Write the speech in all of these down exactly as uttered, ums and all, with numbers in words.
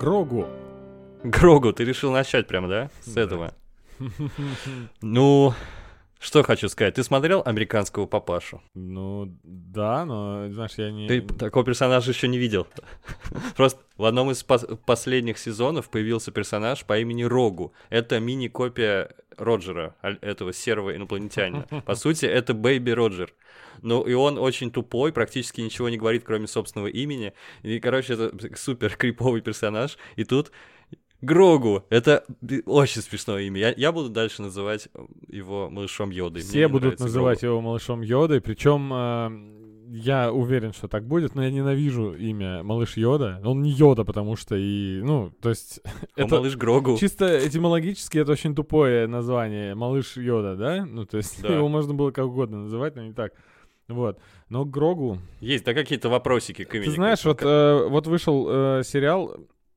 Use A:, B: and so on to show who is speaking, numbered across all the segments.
A: Грогу.
B: Грогу, ты решил начать прямо, да? С
A: Да.
B: этого. Ну, что хочу сказать. Ты смотрел «Американского папашу»?
A: Ну, да, но, знаешь, я не...
B: Ты такого персонажа еще не видел. Просто в одном из пос- последних сезонов появился персонаж по имени Рогу. Это мини-копия Роджера, аль- этого серого инопланетянина. По сути, это Бэйби Роджер. Ну, и он очень тупой, практически ничего не говорит, кроме собственного имени. И, короче, это супер криповый персонаж. И тут Грогу. Это б- очень смешное имя. Я, я буду дальше называть его малышом Йодой. Мне
A: Все
B: не
A: будут
B: нравится
A: называть
B: Грогу.
A: его малышом Йодой, причем э, я уверен, что так будет, но я ненавижу имя малыш Йода. Он не Йода, потому что и, ну, то есть...
B: А
A: это
B: малыш Грогу.
A: чисто этимологически это очень тупое название. Малыш Йода, да? Ну, то есть
B: Да.
A: его можно было как угодно называть, но не так. Вот. Но Грогу...
B: Есть, да, какие-то вопросики к имени.
A: Ты знаешь, вот, э, вот вышел э, сериал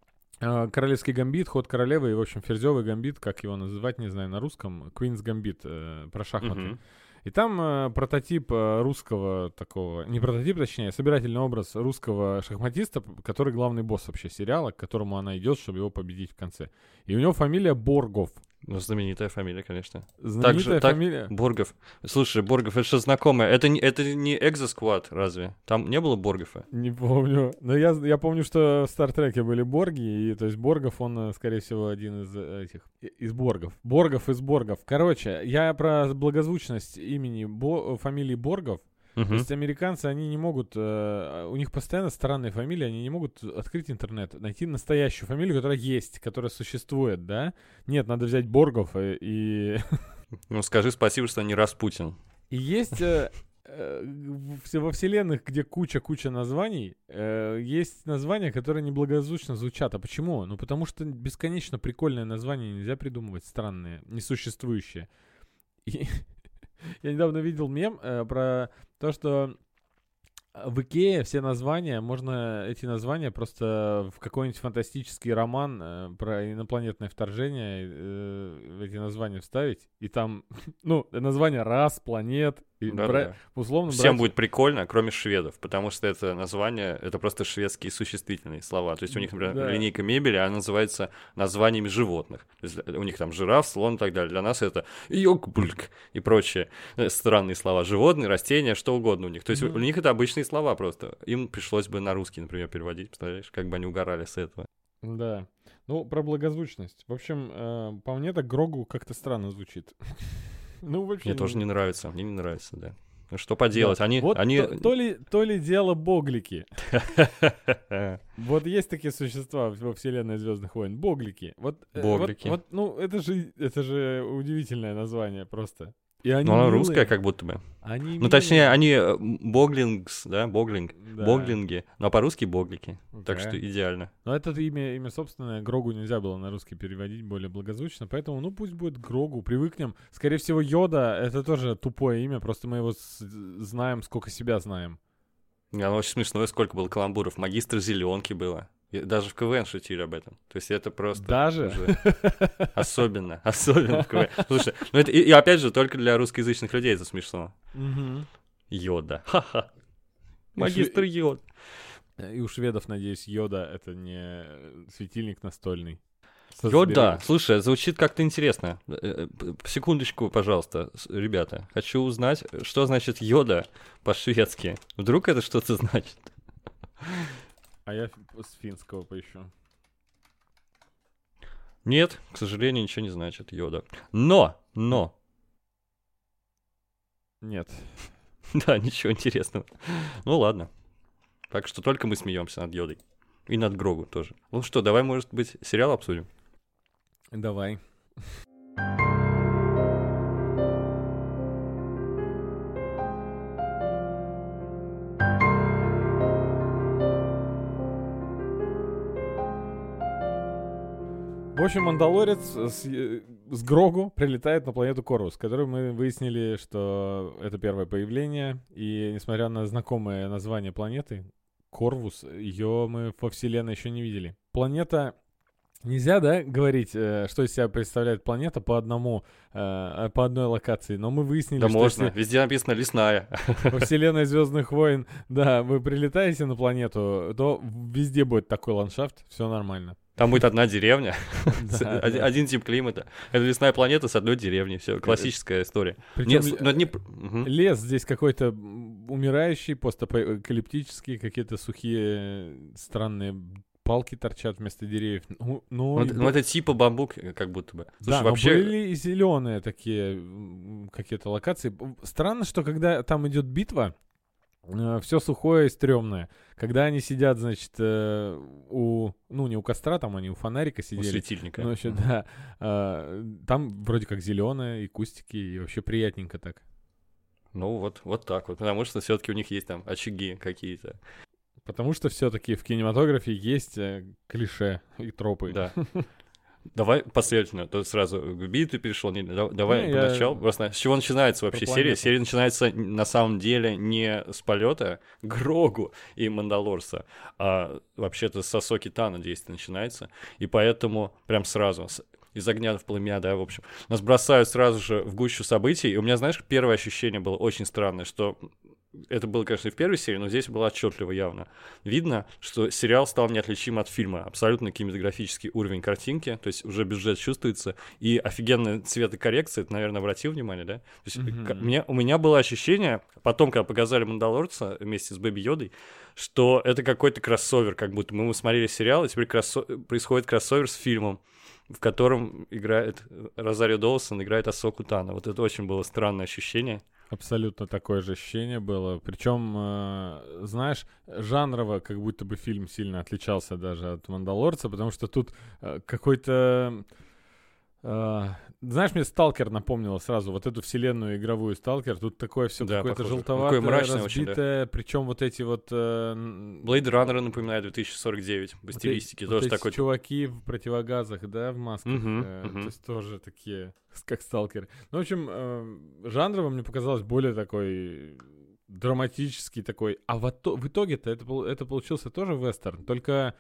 A: э, «Королевский гамбит», «Ход королевы», и, в общем, «Ферзёвый гамбит», как его называть, не знаю, на русском, «Queen's Gambit», э, про шахматы.
B: Мгм.
A: И там э, прототип э, русского такого, не прототип, точнее, а собирательный образ русского шахматиста, п- который главный босс вообще сериала, к которому она идет, чтобы его победить в конце. И у него фамилия Боргов.
B: Ну, знаменитая фамилия, конечно.
A: Знаменитая
B: так-
A: фамилия.
B: Боргов. Слушай, Боргов, это что знакомое? Это не, это не Экзосквад, разве? Там не было Боргофа?
A: Не помню. Но я, я помню, что в Стартреке были Борги, и то есть Боргов, он, э, скорее всего, один из э, этих, и- из Боргов. Боргов из Боргов. Короче, я про благозвучность имени, Бо- фамилии Боргов. То
B: Мгм.
A: есть американцы, они не могут, э, у них постоянно странные фамилии, они не могут открыть интернет, найти настоящую фамилию, которая есть, которая существует, да? Нет, надо взять Боргов и... и...
B: Ну, скажи спасибо, что не Распутин.
A: И есть э, э, в- все- во вселенных, где куча-куча названий, э, есть названия, которые неблагозвучно звучат. А почему? Ну, потому что бесконечно прикольные названия нельзя придумывать, странные, несуществующие. И я недавно видел мем э, про то, что в Икее все названия, можно эти названия просто в какой-нибудь фантастический роман э, про инопланетное вторжение э, эти названия вставить, и там, ну, название рас, планет, и
B: Да-да-да.
A: бра- условно
B: Всем
A: брать-
B: будет прикольно, кроме шведов, потому что это название, это просто шведские существительные слова. То есть у них, например,
A: Да.
B: линейка мебели, она называется названиями животных. То есть у них там жираф, слон и так далее. Для нас это йокбульк и прочие э, странные слова. Животные, растения, что угодно у них. То есть
A: Мгм.
B: у них это обычные слова просто. Им пришлось бы на русский, например, переводить. Представляешь, как бы они угорали с этого.
A: Да. Ну, про благозвучность. В общем, э, по мне так Грогу как-то странно звучит. Ну, вообще...
B: Мне тоже не нравится, мне не нравится, да. Ну что поделать,
A: Да.
B: они...
A: Вот
B: они...
A: то, то ли, то ли дело боглики. Вот есть такие существа во вселенной Звездных войн. Боглики. Вот, э, вот-
B: Боглики.
A: Вот, ну, это же, это же удивительное название просто. И они
B: Ну, она
A: милые.
B: русская как будто бы.
A: Они
B: Ну,
A: милые.
B: точнее, они э, боглингс, да, боглинг,
A: Да.
B: боглинги, но по-русски боглики. Так
A: Окей.
B: что идеально.
A: Но это имя, имя собственное, Грогу нельзя было на русский переводить более благозвучно, поэтому, ну, пусть будет Грогу, привыкнем. Скорее всего, Йода — это тоже тупое имя, просто мы его с- знаем, сколько себя знаем.
B: Оно очень смешное, сколько было каламбуров. Магистр зеленки было. И даже в КВН шутили об этом. То есть это просто
A: Даже?
B: уже особенно, особенно в КВН. Слушай, ну это и, и опять же только для русскоязычных людей это смешно.
A: Мгм.
B: Йода. Ха-ха.
A: И
B: Магистр
A: шве-
B: Йод.
A: И у шведов, надеюсь, Йода — это не светильник настольный. Со
B: Йода.
A: зверей.
B: Слушай, звучит как-то интересно. Э, э, п- Секундочку, пожалуйста, с- ребята. Хочу узнать, что значит йода по-шведски. Вдруг это что-то значит?
A: А я ф- с финского поищу.
B: Нет, к сожалению, ничего не значит йода. Но, но,
A: Нет.
B: да, ничего интересного. Ну ладно. Так что только мы смеемся над йодой. И над Грогу тоже. Ну что, давай, может быть, сериал обсудим?
A: Давай. В общем, Мандалорец с, э, с Грогу прилетает на планету Корвус, которую мы выяснили, что это первое появление. И несмотря на знакомое название планеты, Корвус, ее мы во Вселенной еще не видели. Планета... Нельзя, да, говорить, э, что из себя представляет планета по одному, э, по одной локации, но мы выяснили,
B: Да
A: что
B: можно.
A: если
B: Везде написано лесная.
A: во вселенной Звездных войн, да, вы прилетаете на планету, то везде будет такой ландшафт, все нормально.
B: Там будет одна деревня,
A: Да,
B: один,
A: да.
B: один тип климата. Это лесная планета с одной деревней. Все, классическая история.
A: Причем
B: Нет,
A: ле-
B: но это не... Мгм.
A: лес здесь какой-то м, умирающий, постапокалиптический, какие-то сухие странные палки торчат вместо деревьев. Ну, ну,
B: Ну,
A: и
B: это,
A: б-
B: ну, это типа бамбук, э, как будто бы. Слушай,
A: да, но
B: вообще...
A: были и зеленые такие м, какие-то локации. Б- Странно, что когда там идет битва, все сухое и стрёмное. Когда они сидят, значит, э, у, ну, не у костра, там они у фонарика
B: У
A: сидели.
B: светильника.
A: Ну, еще,
B: Мгм.
A: да. а, Там вроде как зеленое, и кустики, и вообще приятненько так.
B: Ну, вот, вот так вот. Потому что все-таки у них есть там очаги какие-то.
A: Потому что все-таки в кинематографе есть э, клише и тропы.
B: Да. Давай последовательно, то сразу к битве перешел. Не, да- давай
A: Не, я
B: поначалу. Просто с чего начинается вообще
A: про
B: серия?
A: планету.
B: Серия начинается н- на самом деле не с полета Грогу и Мандалорца, а вообще-то с Асоки Тано действие начинается. И поэтому прям сразу с- из огня в пламя, да, в общем. Нас бросают сразу же в гущу событий. И у меня, знаешь, первое ощущение было очень странное, что это было, конечно, и в первой серии, но здесь было отчетливо явно. Видно, что сериал стал неотличим от фильма. Абсолютно кинематографический уровень картинки, то есть уже бюджет чувствуется, и офигенная цветокоррекция, ты, наверное, обратил внимание, да? То есть
A: Мгм.
B: ка- мне, у меня было ощущение, потом, когда показали «Мандалорца» вместе с Бэби Йодой, что это какой-то кроссовер, как будто мы смотрели сериал, и теперь кроссо- происходит кроссовер с фильмом, в котором играет Розарио Доусон, играет Асоку Тано. Вот это очень было странное ощущение.
A: Абсолютно такое же ощущение было. Причем, э, знаешь, жанрово как будто бы фильм сильно отличался даже от «Мандалорца», потому что тут э, какой-то... э, знаешь, мне «Сталкер» напомнило сразу, вот эту вселенную игровую «Сталкер». Тут такое все
B: Да,
A: какое-то
B: похоже.
A: желтоватое,
B: Такое мрачное очень, да.
A: разбитое. Причем вот эти вот... э, н-
B: Blade Runner напоминает две тысячи сорок девять по
A: вот
B: стилистике.
A: эти-
B: Тоже
A: вот эти
B: такой...
A: чуваки в противогазах, да, в масках.
B: Мгм,
A: э,
B: мгм.
A: То есть тоже такие, с- как «Сталкеры». Ну, в общем, э, жанрово мне показалось более такой драматический такой. А в, ито- в итоге-то это, пол- это получился тоже вестерн, только...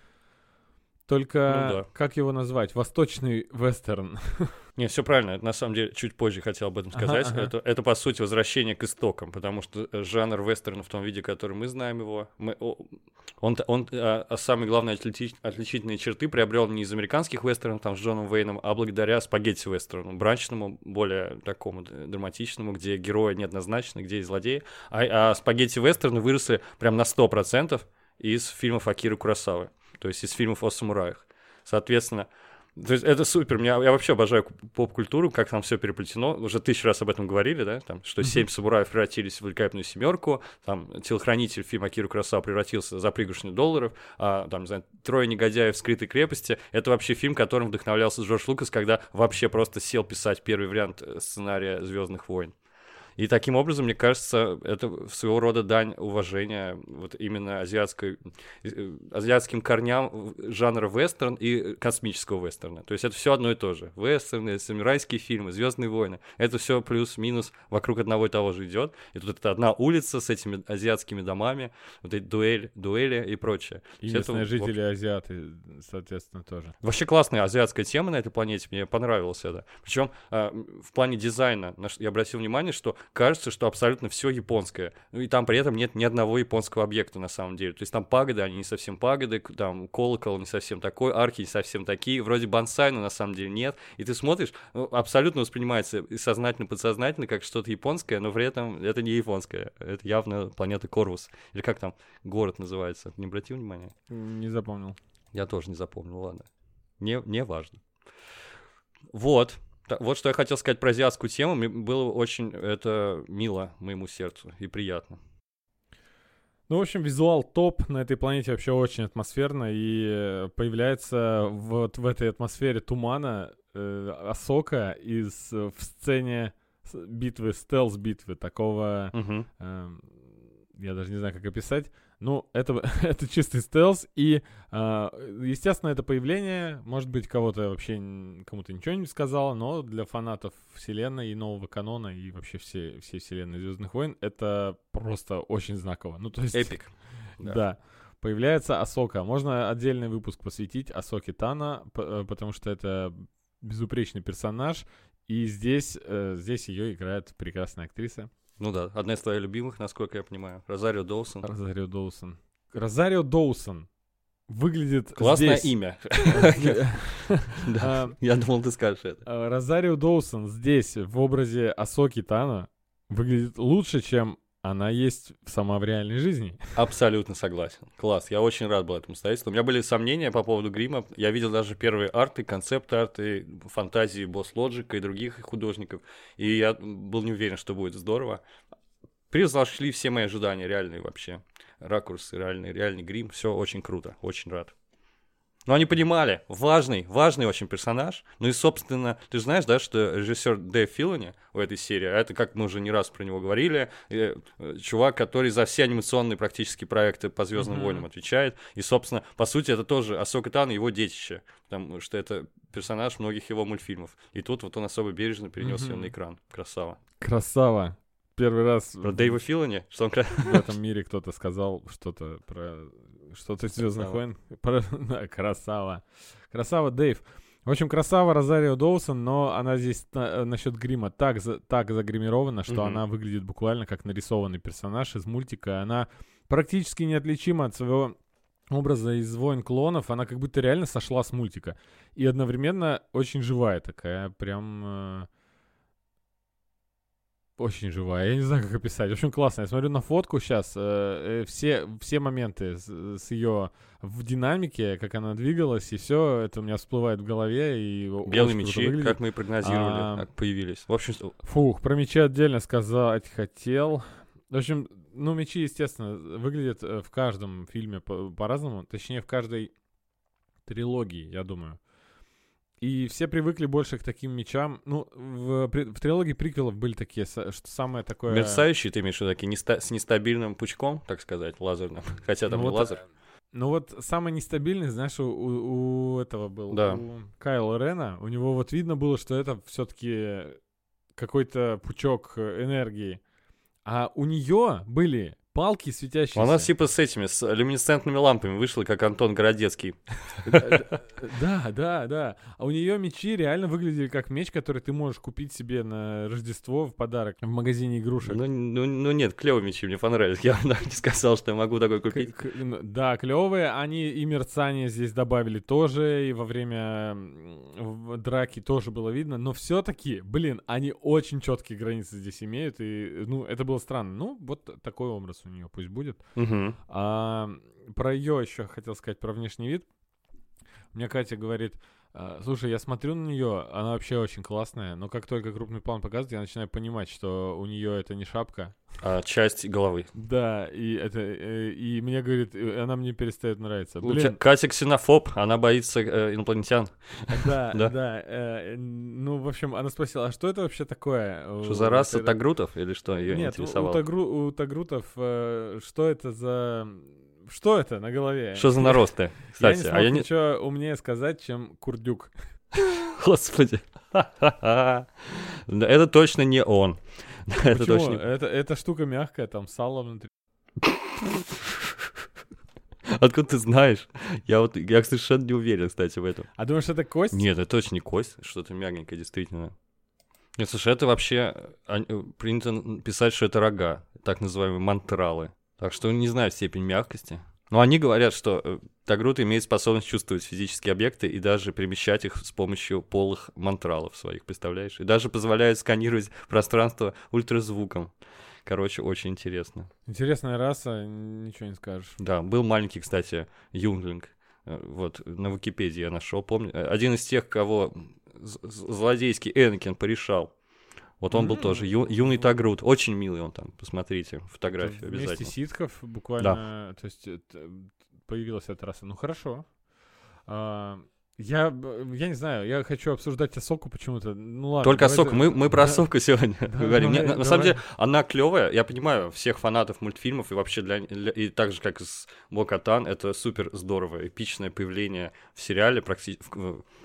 A: Только,
B: Ну да.
A: как его назвать? Восточный вестерн.
B: Не, все правильно. Это, на самом деле, чуть позже хотел об этом
A: Ага,
B: сказать.
A: ага.
B: Это, это, по сути, возвращение к истокам, потому что э, жанр вестерна в том виде, который мы знаем его, мы, о- он, он а, а самые главные отличи- отличительные черты приобрел не из американских вестернов, там, с Джоном Уэйном, а благодаря спагетти-вестерну, брачному, более такому д- драматичному, где герои неоднозначны, где есть злодеи. А, а спагетти-вестерны выросли прям на сто процентов из фильмов Акиры Куросавы, то есть из фильмов о самураях. Соответственно, то есть это супер. Меня, я вообще обожаю к- поп-культуру, как там все переплетено. Уже тысячу раз об этом говорили, да? Там, что
A: Мгм.
B: семь самураев превратились в великолепную семерку. Там телохранитель фильма Акиры Куросава превратился за пригоршню долларов. А, там, не знаю, трое негодяев в скрытой крепости. Это вообще фильм, которым вдохновлялся Джордж Лукас, когда вообще просто сел писать первый вариант э, сценария «Звездных войн». И таким образом, мне кажется, это своего рода дань уважения вот именно азиатской, э, азиатским корням в- жанра вестерн и космического вестерна. То есть это все одно и то же. Вестерны, самурайские фильмы, «Звездные войны». Это все плюс-минус вокруг одного и того же идет. И тут это одна улица с этими азиатскими домами, вот эти дуэль, дуэли и прочее.
A: И
B: Всё это,
A: местные
B: в
A: жители азиаты, соответственно, тоже.
B: Вообще классная азиатская тема на этой планете, мне понравилось это. Причем в плане дизайна на ш- я обратил внимание, что кажется, что абсолютно все японское. Ну и там при этом нет ни одного японского объекта на самом деле. То есть там пагоды, они не совсем пагоды, к- там колокол не совсем такой, арки не совсем такие, вроде бонсай, но на самом деле нет. И ты смотришь, ну, абсолютно воспринимается и сознательно, подсознательно как что-то японское, но при этом это не японское. Это явно планета Корвус. Или как там город называется. Не обратил внимания?
A: Не запомнил.
B: Я тоже не запомнил, ладно. Не, не важно. Вот. Та- Вот что я хотел сказать про азиатскую тему. Мне было очень это мило моему сердцу и приятно.
A: Ну, в общем, визуал топ. На этой планете вообще очень атмосферно. И э, появляется вот в этой атмосфере тумана э, Асока из, э, в сцене с- битвы, стелс-битвы. Такого...
B: Мгм.
A: эм, я даже не знаю, как описать. Ну, это, это чистый стелс. И, а, естественно, это появление, может быть, кого-то вообще, н- кому-то ничего не сказала, но для фанатов вселенной и нового канона, и вообще все, всей вселенной Звездных войн, это просто очень знаково. Ну, то есть...
B: Эпик.
A: Да.
B: Да.
A: Появляется Асока. Можно отдельный выпуск посвятить Асоке Тано, п- э, потому что это безупречный персонаж. И здесь, э, здесь ее играет прекрасная актриса
B: Ну да, одна из твоих любимых, насколько я понимаю. Розарио Доусон.
A: Розарио Доусон. Розарио Доусон. выглядит
B: Классное
A: здесь...
B: имя. Я думал, ты скажешь это.
A: Розарио Доусон здесь в образе Асоки Тано выглядит лучше, чем она есть сама в реальной жизни.
B: Абсолютно согласен. Класс. Я очень рад был этому обстоятельству. У меня были сомнения по поводу грима. Я видел даже первые арты, концепт-арты, фантазии Босс Лоджика и других художников. И я был не уверен, что будет здорово. Превзошли все мои ожидания, реальные вообще. Ракурсы, реальный, реальный грим. Все очень круто. Очень рад. Но они понимали, важный, важный очень персонаж. Ну и, собственно, ты же знаешь, да, что режиссер Дэйв Филони у этой серии, а это, как мы уже не раз про него говорили, э, чувак, который за все анимационные практически проекты по «Звездным mm-hmm. войнам» отвечает. И, собственно, по сути, это тоже Асока Тано, его детище, потому что это персонаж многих его мультфильмов. И тут вот он особо бережно перенес mm-hmm. ее на экран. Красава.
A: Красава. Первый раз...
B: Про Дэйва Филони? Что он...
A: В этом мире кто-то сказал что-то про... Что-то из «Звездных войн». Про... Да, красава. Красава Дэйв. В общем, красава Розарио Доусон, но она здесь на... насчет грима так, за... так загримирована, что mm-hmm. она выглядит буквально как нарисованный персонаж из мультика. Она практически неотличима от своего образа из «Войн клонов». Она как будто реально сошла с мультика. И одновременно очень живая такая. Прям... Э... Очень живая, я не знаю, как описать. В общем, классно. Я смотрю на фотку сейчас. Э, э, все, все моменты с, с ее в динамике, как она двигалась, и все это у меня всплывает в голове. И
B: белые мечи, как мы и прогнозировали, а, как появились. В общем,
A: фух, про мечи отдельно сказать хотел. В общем, ну, мечи, естественно, выглядят в каждом фильме по- по-разному. Точнее, в каждой трилогии, я думаю. И все привыкли больше к таким мечам. Ну, в, в трилогии приквелов были такие, что самое такое...
B: Мерцающие, ты имеешь в виду, такие неста- с нестабильным пучком, так сказать, лазерным. Хотя там
A: ну,
B: не
A: вот,
B: лазер.
A: Ну вот самый нестабильный, знаешь, у, у, у этого был,
B: да.
A: у Кайла Рена. У него вот видно было, что это все-таки какой-то пучок энергии. А у нее были... палки светящиеся.
B: У нас типа с этими, с люминесцентными лампами вышла, как Антон Городецкий.
A: Да, да, да. А у нее мечи реально выглядели как меч, который ты можешь купить себе на Рождество в подарок в магазине игрушек.
B: Ну, ну, ну нет, клевые мечи мне понравились. Я не сказал, что я могу такой купить.
A: К- к- да, клевые. Они и мерцание здесь добавили тоже, и во время драки тоже было видно. Но все-таки, блин, они очень четкие границы здесь имеют. И, ну, это было странно. Ну, вот такой образ у нее пусть будет.
B: Угу.
A: А, про ее еще хотел сказать, про внешний вид. Мне Катя говорит, слушай, я смотрю на нее, она вообще очень классная, но как только крупный план показывает, я начинаю понимать, что у нее это не шапка.
B: А часть головы.
A: Да, и это и мне говорит, она мне перестает нравиться. Блин.
B: Катя ксенофоб, она боится э, инопланетян.
A: Да, да. да э, ну, в общем, она спросила, а что это вообще такое?
B: Что за раса это... тагрутов или что ее
A: Нет,
B: интересовало?
A: у, тагру, у тагрутов э, что это за... Что это на голове?
B: Что за наросты, кстати?
A: Я не смог
B: а я
A: ничего
B: не...
A: умнее сказать, чем курдюк.
B: Господи. Это точно не он.
A: Это точно. Это, эта штука мягкая, там сало внутри.
B: Откуда ты знаешь? Я вот, я совершенно не уверен, кстати, в этом.
A: А думаешь, это кость?
B: Нет, это точно не кость, что-то мягенькое, действительно. Нет, слушай, это вообще принято писать, что это рога, так называемые мантралы. Так что не знаю степень мягкости. Но они говорят, что тагрут имеет способность чувствовать физические объекты и даже перемещать их с помощью полых мантралов своих, представляешь? И даже позволяет сканировать пространство ультразвуком. Короче, очень интересно.
A: Интересная раса, ничего не скажешь.
B: Да, был маленький, кстати, юнглинг. Вот, на Википедии я нашел, помню. Один из тех, кого злодейский Энакин порешал. Вот он был mm-hmm. тоже ю, юный тагрут. Очень милый он там. Посмотрите фотографию это обязательно.
A: Вместе ситхов буквально... Да. То есть появилась эта раса. Ну, хорошо. А, я, я не знаю, я хочу обсуждать Асоку почему-то. Ну, ладно.
B: Только
A: давайте...
B: Мы, мы про да. Асоку сегодня да, говорим.
A: Давай,
B: Нет, на,
A: давай.
B: на самом деле, она клевая. Я понимаю всех фанатов мультфильмов и вообще для... для и так же, как с Бо-Катан, это супер здорово. Эпичное появление в сериале практически...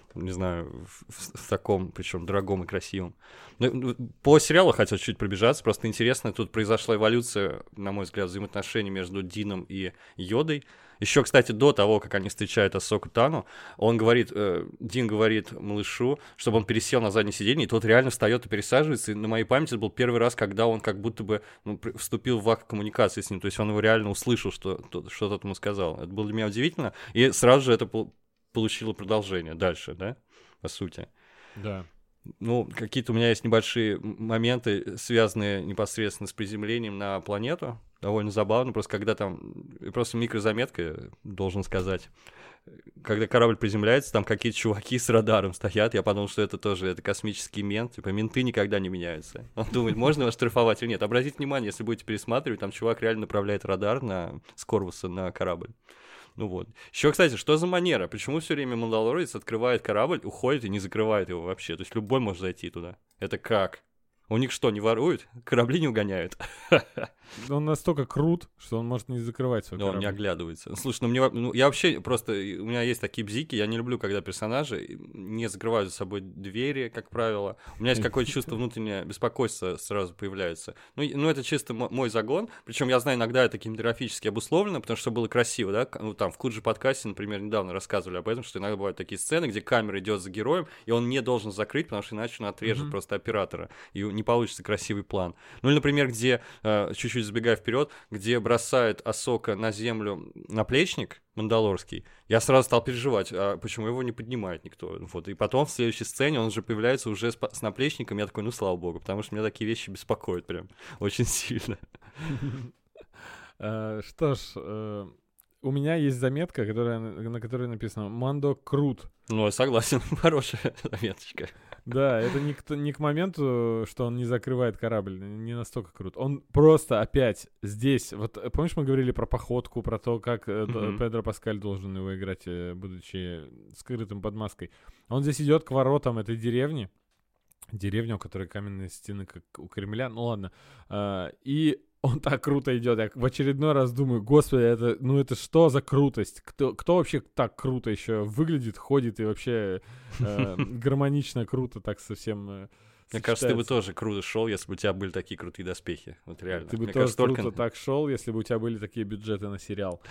B: не знаю, в, в таком, причем дорогом и красивом. Ну, по сериалу хотел чуть пробежаться, просто интересно, тут произошла эволюция, на мой взгляд, взаимоотношений между Дином и Йодой. Еще, кстати, до того, как они встречают Асоку Тану, он говорит, э, Дин говорит малышу, чтобы он пересел на заднее сиденье, и тот реально встает и пересаживается. И на моей памяти это был первый раз, когда он как будто бы ну, вступил в акт коммуникации с ним, то есть он его реально услышал, что, что тот ему сказал. Это было для меня удивительно, и сразу же это получило продолжение дальше, да, по сути.
A: Да.
B: Ну, какие-то у меня есть небольшие моменты, связанные непосредственно с приземлением на планету. Довольно забавно, просто когда там... Просто микрозаметка, должен сказать. Когда корабль приземляется, там какие-то чуваки с радаром стоят. Я подумал, что это тоже это космический мент. Типа, менты никогда не меняются. Он думает, можно его штрафовать или нет. Обратите внимание, если будете пересматривать, там чувак реально направляет радар на... с Корвуса на корабль. Ну вот. Еще, кстати, что за манера? Почему все время Мандалорец открывает корабль, уходит и не закрывает его вообще? То есть любой может зайти туда. Это как? У них что, не воруют? Корабли не угоняют?
A: Он настолько крут, что он может не закрывать свой корабль.
B: Он не оглядывается. Слушай, ну мне ну, я вообще просто... У меня есть такие бзики, я не люблю, когда персонажи не закрывают за собой двери, как правило. У меня есть какое-то чувство внутреннее беспокойства сразу появляется. Ну, ну это чисто мой загон. Причем я знаю, иногда это кинематографически обусловлено, потому что было красиво, да? Ну, там в Куджи подкасте, например, недавно рассказывали об этом, что иногда бывают такие сцены, где камера идет за героем, и он не должен закрыть, потому что иначе он отрежет mm-hmm. просто оператора, и не получится красивый план. Ну или, например, где, э, чуть-чуть забегая вперед, где бросает Асока на землю наплечник мандалорский, я сразу стал переживать, а почему его не поднимает никто. Вот. И потом в следующей сцене он же появляется уже с, с наплечником, я такой, ну слава богу, потому что меня такие вещи беспокоят прям очень сильно.
A: Что ж, у меня есть заметка, на которой написано «Мандо крут».
B: Ну, я согласен, хорошая заметочка.
A: Да, это не к, не к моменту, что он не закрывает корабль, не настолько крут. Он просто опять здесь, вот помнишь, мы говорили про походку, про то, как mm-hmm. Педро Паскаль должен его играть, будучи скрытым под маской. Он здесь идет к воротам этой деревни, деревня, у которой каменные стены, как у Кремля, ну ладно, и он так круто идет. Я в очередной раз думаю, господи, это, ну это что за крутость? Кто, кто вообще так круто еще выглядит, ходит и вообще э, гармонично, круто так совсем э,
B: Мне кажется, ты бы тоже круто шел, если бы у тебя были такие крутые доспехи. Вот реально.
A: Ты бы
B: Мне
A: тоже
B: кажется,
A: круто
B: только...
A: так шел, если бы у тебя были такие бюджеты на сериал.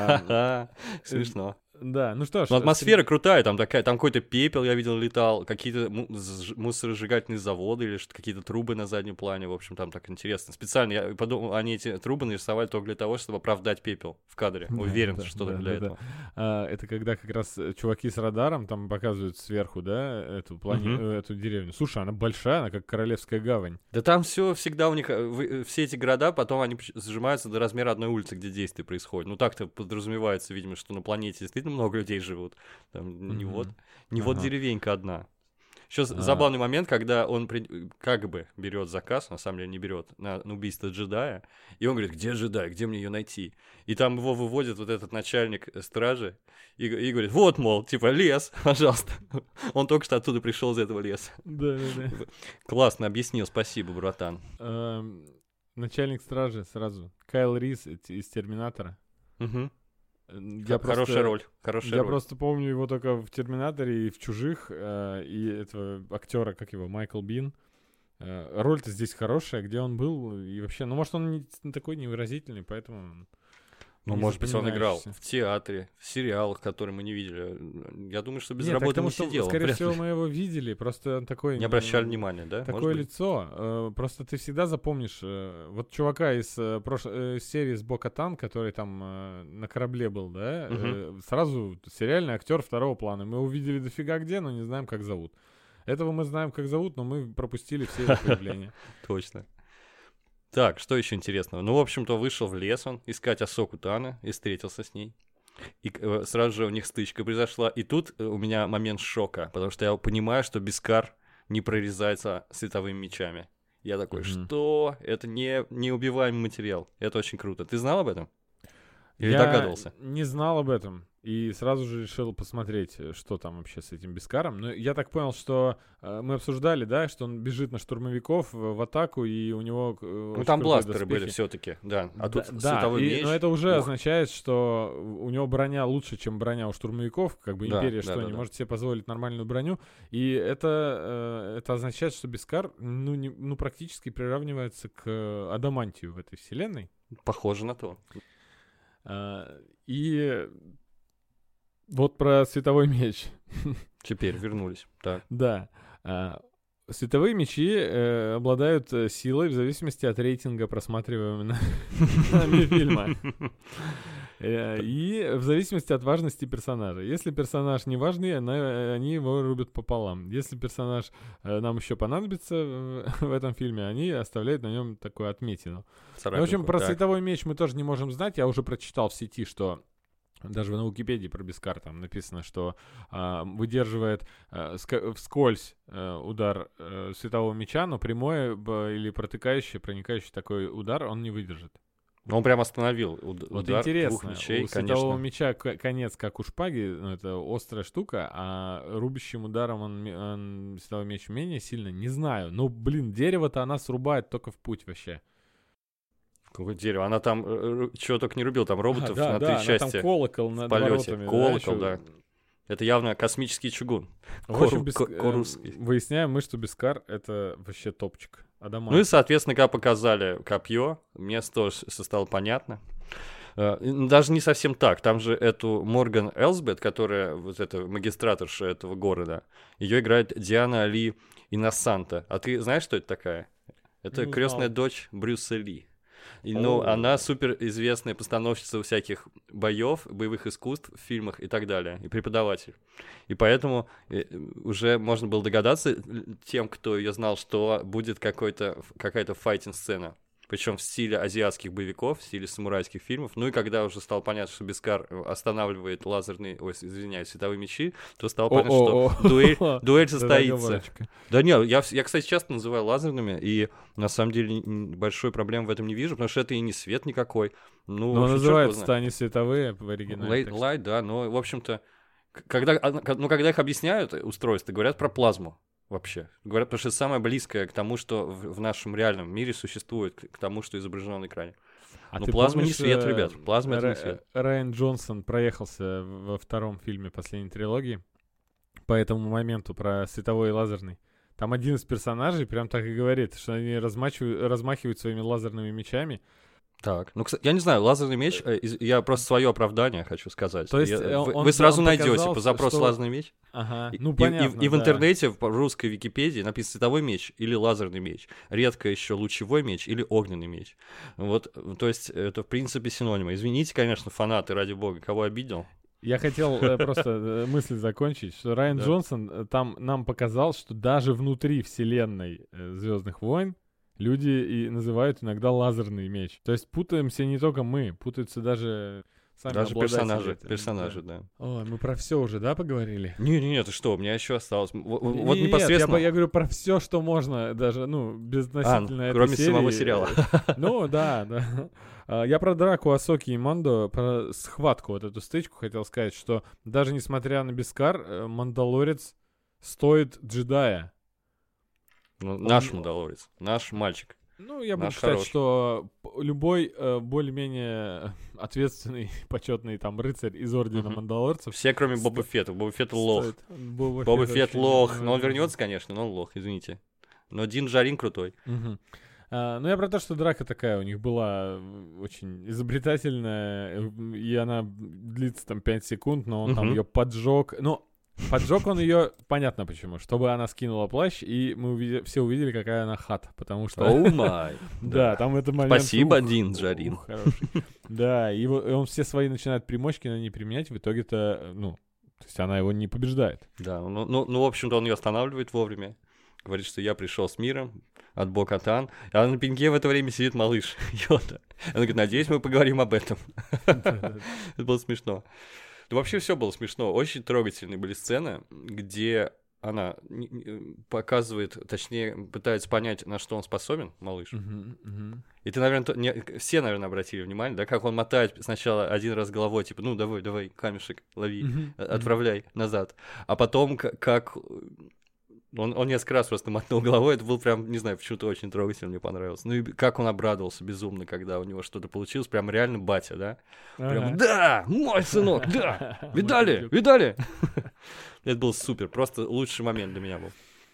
B: Смешно.
A: Да, ну что ж.
B: Но атмосфера крутая, там такая, там какой-то пепел, я видел, летал, какие-то мусоросжигательные заводы или что какие-то трубы на заднем плане, в общем, там так интересно. Специально, я подумал, они эти трубы нарисовали только для того, чтобы оправдать пепел в кадре. Уверен,
A: да,
B: что
A: да,
B: для
A: да,
B: этого.
A: Да. А, это когда как раз чуваки с радаром там показывают сверху, да, эту, плане... uh-huh. эту деревню. Слушай, она большая, она как Королевская гавань.
B: Да там все всегда у них, все эти города, потом они сжимаются до размера одной улицы, где действие происходит. Ну так-то подразумевается, видимо, что на планете действительно много людей живут. Там mm-hmm. не вот, не ага. вот деревенька одна. Еще а. забавный момент, когда он при... как бы берет заказ, на самом деле не берет, на, на убийство джедая, и он говорит, где джедай, где мне ее найти? И там его выводит вот этот начальник стражи и, и говорит, вот, мол, типа, лес, пожалуйста. Он только что оттуда пришел из этого леса.
A: Да-да-да.
B: Классно объяснил, спасибо, братан.
A: Начальник стражи сразу. Кайл Рис из «Терминатора».
B: Угу.
A: Я
B: Хорошая
A: просто,
B: роль. Хорошая
A: я
B: роль.
A: просто помню его только в «Терминаторе» и в «Чужих», э, и этого актера, как его, Майкл Бин. Э, роль-то здесь хорошая, где он был, и вообще, ну, может, он не такой невыразительный, поэтому...
B: Ну, может быть, он играл в театре, в сериалах, которые мы не видели. Я думаю, что без Нет, работы не сидел.
A: Скорее всего, мы его видели, просто он такой...
B: Не обращали внимания, да?
A: Такое лицо. Э, просто ты всегда запомнишь... Э, вот чувака из э, прошлой э, серии с Бо-Катан, который там э, на корабле был, да? Uh-huh. Э, сразу сериальный актер второго плана. Мы увидели дофига где, но не знаем, как зовут. Этого мы знаем, как зовут, но мы пропустили все его появления.
B: Точно. Так, что еще интересного? Ну, в общем-то, вышел в лес он искать Асоку Тано и встретился с ней. И э, сразу же у них стычка произошла. И тут э, у меня момент шока, потому что я понимаю, что Бескар не прорезается световыми мечами. Я такой, mm-hmm. что? Это не неубиваемый материал. Это очень круто. Ты знал об этом? Или
A: Я
B: догадывался?
A: не знал об этом. И сразу же решил посмотреть, что там вообще с этим Бескаром. Но я так понял, что э, мы обсуждали, да, что он бежит на штурмовиков в, в атаку, и у него э,
B: Ну
A: очень
B: там
A: крутые
B: бластеры
A: доспехи.
B: были все-таки, да. А
A: Да,
B: тут
A: да,
B: световой
A: и-
B: меч.
A: но это уже
B: Ух.
A: означает, что у него броня лучше, чем броня у штурмовиков. Как бы
B: Да,
A: Империя
B: да,
A: что,
B: да,
A: не
B: да.
A: может себе позволить нормальную броню. И это, э, это означает, что Бескар ну, не- ну, практически приравнивается к э, адамантию в этой вселенной.
B: Похоже на то.
A: А, и вот про световой меч.
B: Теперь вернулись. Так.
A: Да. А, Световые мечи э, обладают э, силой в зависимости от рейтинга просматриваемого нами фильма. Э, И в зависимости от важности персонажа. Если персонаж не важный, она- они его рубят пополам. Если персонаж э, нам еще понадобится э, в этом фильме, они оставляют на нем такую отметину. Ну, в общем, про
B: Так.
A: световой меч мы тоже не можем знать. Я уже прочитал в сети, что даже на Википедии про Бескар там написано, что а, выдерживает а, ска- вскользь а, удар а, светового меча, но прямой б- или протыкающий, проникающий такой удар он не выдержит.
B: Ну, он прям остановил уд-
A: Вот
B: удар
A: интересно,
B: двух мечей,
A: у светового
B: конечно.
A: меча к- конец как у шпаги, ну, это острая штука, а рубящим ударом он, ме- он световой меч менее сильно, не знаю. Ну, блин, дерево-то она срубает только в путь вообще.
B: Какое дерево. Она там э, чего только не рубила, там роботов
A: А, да,
B: на
A: да,
B: три
A: она
B: части
A: там колокол
B: в
A: над
B: полете.
A: воротами,
B: Колокол,
A: ещё.
B: да. Это явно космический чугун.
A: В общем,
B: Кору-
A: без-
B: ко-
A: э,
B: корусский.
A: выясняем мы, что Бескар — это вообще топчик. Адамант.
B: Ну и, соответственно, когда показали копье, мне тоже все стало понятно. Э, и Даже не совсем так. Там же эту Морган Элсбет, которая вот эта магистраторша этого города, ее играет Диана Ли Инносанта. А ты знаешь, что это такая? Это
A: Не
B: крестная
A: знал.
B: дочь Брюса Ли. И, ну,
A: О.
B: она супер известная постановщица всяких боев, боевых искусств в фильмах и так далее, и преподаватель. И поэтому э, уже можно было догадаться э, тем, кто ее знал, что будет какой-то, какая-то файтинг-сцена. Причем в стиле азиатских боевиков, в стиле самурайских фильмов. Ну и когда уже стало понятно, что Бескар останавливает лазерные, ой, извиняюсь, световые мечи, то стало понятно,
A: О-о-о.
B: что дуэль, дуэль
A: Это
B: состоится.
A: оговорочка.
B: Да нет, я, вс- я, кстати, часто называю лазерными, и на самом деле н- большой проблемы в этом не вижу, потому что это и не свет никакой. Ну,
A: Но
B: вообще, чёрт его
A: называются-то
B: знает.
A: они световые в оригинале.
B: Лайт,
A: так что-
B: лайт, да, но, в общем-то, к- когда, а, к- ну, когда их объясняют, э, устройства, говорят про плазму вообще. Говорят, потому что это самое близкое к тому, что в, в нашем реальном мире существует, к, к тому, что изображено на экране.
A: А
B: Ну,
A: ты
B: плазма не
A: помнишь,
B: свет,
A: э,
B: ребят, плазма это не
A: Ра-
B: свет.
A: Райан Джонсон проехался во втором фильме последней трилогии по этому моменту про световой и лазерный. Там один из персонажей прям так и говорит, что они размахивают, размахивают своими лазерными мечами.
B: Так, ну, кстати, я не знаю, лазерный меч, э, из- я просто свое оправдание хочу сказать.
A: То есть,
B: Я-
A: э,
B: вы,
A: он-
B: вы сразу
A: он
B: найдете
A: показал,
B: по запросу
A: что-
B: лазерный меч.
A: Ага,
B: И-
A: ну
B: и- и,
A: понятно,
B: и в
A: да.
B: интернете, в русской Википедии написано световой меч или лазерный меч. Редко еще лучевой меч или огненный меч. Вот, то есть это в принципе синонимы. Извините, конечно, фанаты, ради бога, кого обидел.
A: Я хотел э, просто э, мысль закончить, что Райан
B: Да.
A: Джонсон э, там нам показал, что даже внутри вселенной Звездных войн люди и называют иногда лазерный меч. То есть путаемся не только мы, путаются даже сами
B: Даже
A: обладатели
B: персонажи,
A: этого,
B: персонажи,
A: да.
B: да.
A: Ой, мы про все уже, да, поговорили?
B: Не-не-не, ты что, у меня еще осталось. В- в- Вот
A: Нет,
B: непосредственно.
A: Я, я говорю про все, что можно, даже, ну, безотносительно
B: А,
A: этой
B: кроме
A: серии.
B: самого сериала.
A: Ну, да, да. А, Я про драку Асоки и Мандо, про схватку, вот эту стычку хотел сказать, что даже несмотря на Бескар, э, Мандалорец стоит джедая.
B: Ну, наш Мандалорец, наш мальчик.
A: Ну, я буду
B: Наш
A: считать,
B: хорош.
A: что п- любой э, более-менее ответственный, почетный там рыцарь из Ордена
B: Мгм.
A: Мандалорцев
B: Все, кроме
A: Сто-
B: Боба Фетта. Боба Фетт лох.
A: стоит. Боба,
B: Боба
A: Фетт
B: Фетт
A: вообще
B: лох.
A: не-
B: Но он вернется, конечно, но он лох, извините. Но Дин Джарин крутой.
A: Мгм. А, ну, я про то, что драка такая у них была э, очень изобретательная, э, и она длится там пять секунд, но он там
B: Мгм.
A: ее поджег. Ну, поджег он ее, понятно почему, чтобы она скинула плащ, и мы увиде- все увидели, какая она хат, потому что...
B: Оу май.
A: Да, там это момент...
B: Спасибо,
A: ух,
B: Дин
A: ух,
B: Джарин.
A: хороший. Да, и во- и он все свои начинает примочки на ней применять, в итоге-то, э, ну, то есть она его не побеждает.
B: Да, ну, ну, ну, в общем-то, он ее останавливает вовремя. Говорит, что я пришел с миром от Бо-Катан. А на пеньке в это время сидит малыш Йода. Она говорит, надеюсь, мы поговорим об этом. Это было смешно. Да вообще все было смешно. Очень трогательные были сцены, где она не- не- показывает, точнее, пытается понять, на что он способен, малыш.
A: Мгм, мгм.
B: И ты, наверное, то- не- все, наверное, обратили внимание, да, как он мотает сначала один раз головой, типа, ну, давай, давай, камешек, лови,
A: Мгм,
B: э,
A: мгм.
B: отправляй назад. А потом, к- как он, он несколько раз просто мотнул головой, это был прям, не знаю, почему-то очень трогательно, мне понравилось. Ну и как он обрадовался безумно, когда у него что-то получилось, прям реально батя, да? Прям,
A: Ага.
B: да, мой сынок, да,
A: Мой
B: видали,
A: пиздюк.
B: видали? Это был супер, просто лучший момент для меня был.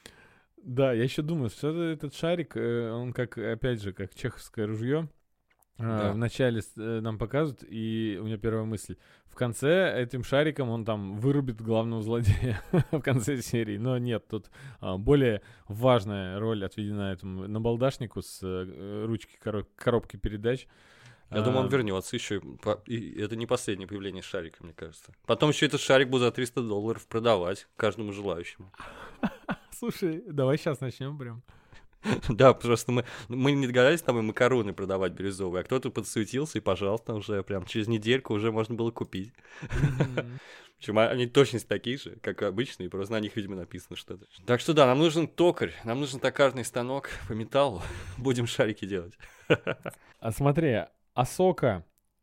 A: Да, я еще думаю, что этот шарик, э, он как, опять же, как чеховское ружье.
B: Да.
A: Вначале с- э, нам показывают, и у меня первая мысль. В конце этим шариком он там вырубит главного злодея в конце серии. Но нет, тут а, более важная роль отведена этому набалдашнику с э, ручки коро- коробки передач.
B: Я думаю, он
A: А,
B: вернется еще. И это не последнее появление шарика, мне кажется. Потом еще этот шарик будет за триста долларов продавать каждому желающему.
A: Слушай, давай сейчас начнем прям.
B: Да, просто мы, мы не догадались там и макароны продавать бирюзовые, а кто-то подсуетился, и, пожалуйста, уже прям через недельку уже можно было купить.
A: Мгм.
B: Причем они точно такие же, как обычные, просто на них, видимо, написано что-то. Так что да, нам нужен токарь, нам нужен токарный станок по металлу. Будем шарики делать.
A: А смотри, Асока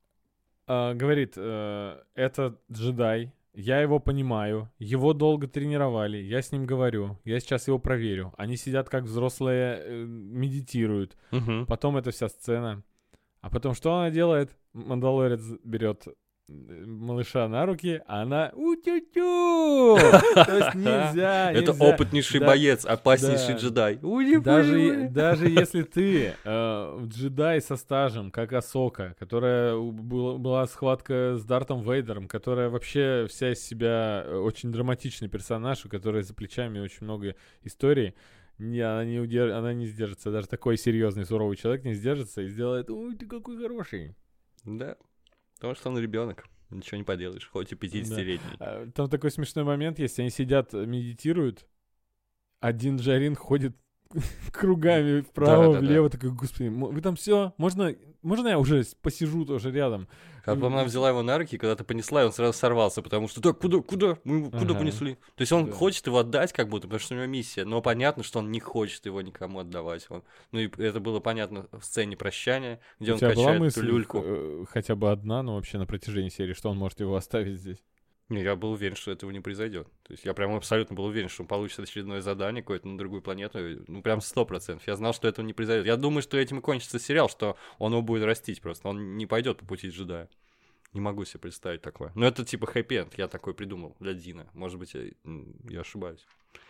A: э, говорит, э, это джедай, я его понимаю, его долго тренировали, я с ним говорю, я сейчас его проверю. Они сидят как взрослые, э, медитируют.
B: Мгм.
A: Потом эта вся сцена. А потом что она делает? Мандалорец берет э, малыша на руки, а она у-тю-тю! То есть нельзя,
B: Это
A: нельзя.
B: опытнейший
A: Да.
B: боец, опаснейший
A: Да.
B: джедай.
A: Даже,
B: Уи-уи-уи.
A: даже если ты э, джедай со стажем, как Асока, которая у- был- была схватка с Дартом Вейдером, которая вообще вся из себя э, очень драматичный персонаж, у которой за плечами очень много историй, не, она, не удер... она не сдержится. Даже такой серьезный, суровый человек не сдержится и сделает: «Ой, ты какой хороший».
B: Да, потому что он ребенок. Ничего не поделаешь, хоть и пятидесятилетний.
A: А, Там такой смешной момент есть, они сидят, э, медитируют, один Джарин ходит кругами вправо,
B: Да-да-да.
A: влево, такой: господи, мо- вы там все, можно, можно я уже с- посижу тоже рядом?
B: А потом она взяла его на руки, когда-то понесла, и он сразу сорвался, потому что так, куда, куда? Мы его куда
A: Ага.
B: понесли? То есть он
A: Да.
B: хочет его отдать как будто, потому что у него миссия, но понятно, что он не хочет его никому отдавать. Он... Ну и это было понятно в сцене прощания, где
A: У
B: он
A: тебя была
B: качает
A: мысль,
B: эту люльку.
A: э, хотя бы одна, но вообще на протяжении серии, что он может его оставить здесь?
B: Не, я был уверен, что этого не произойдет. То есть я прям абсолютно был уверен, что он получит очередное задание какое-то на другую планету. Ну, прям сто процентов. Я знал, что этого не произойдет. Я думаю, что этим и кончится сериал, что он его будет растить просто. Он не пойдет по пути джедая. Не могу себе представить такое. Но это типа хэппи-энд, я такой придумал для Дина. Может быть, я, м, я ошибаюсь.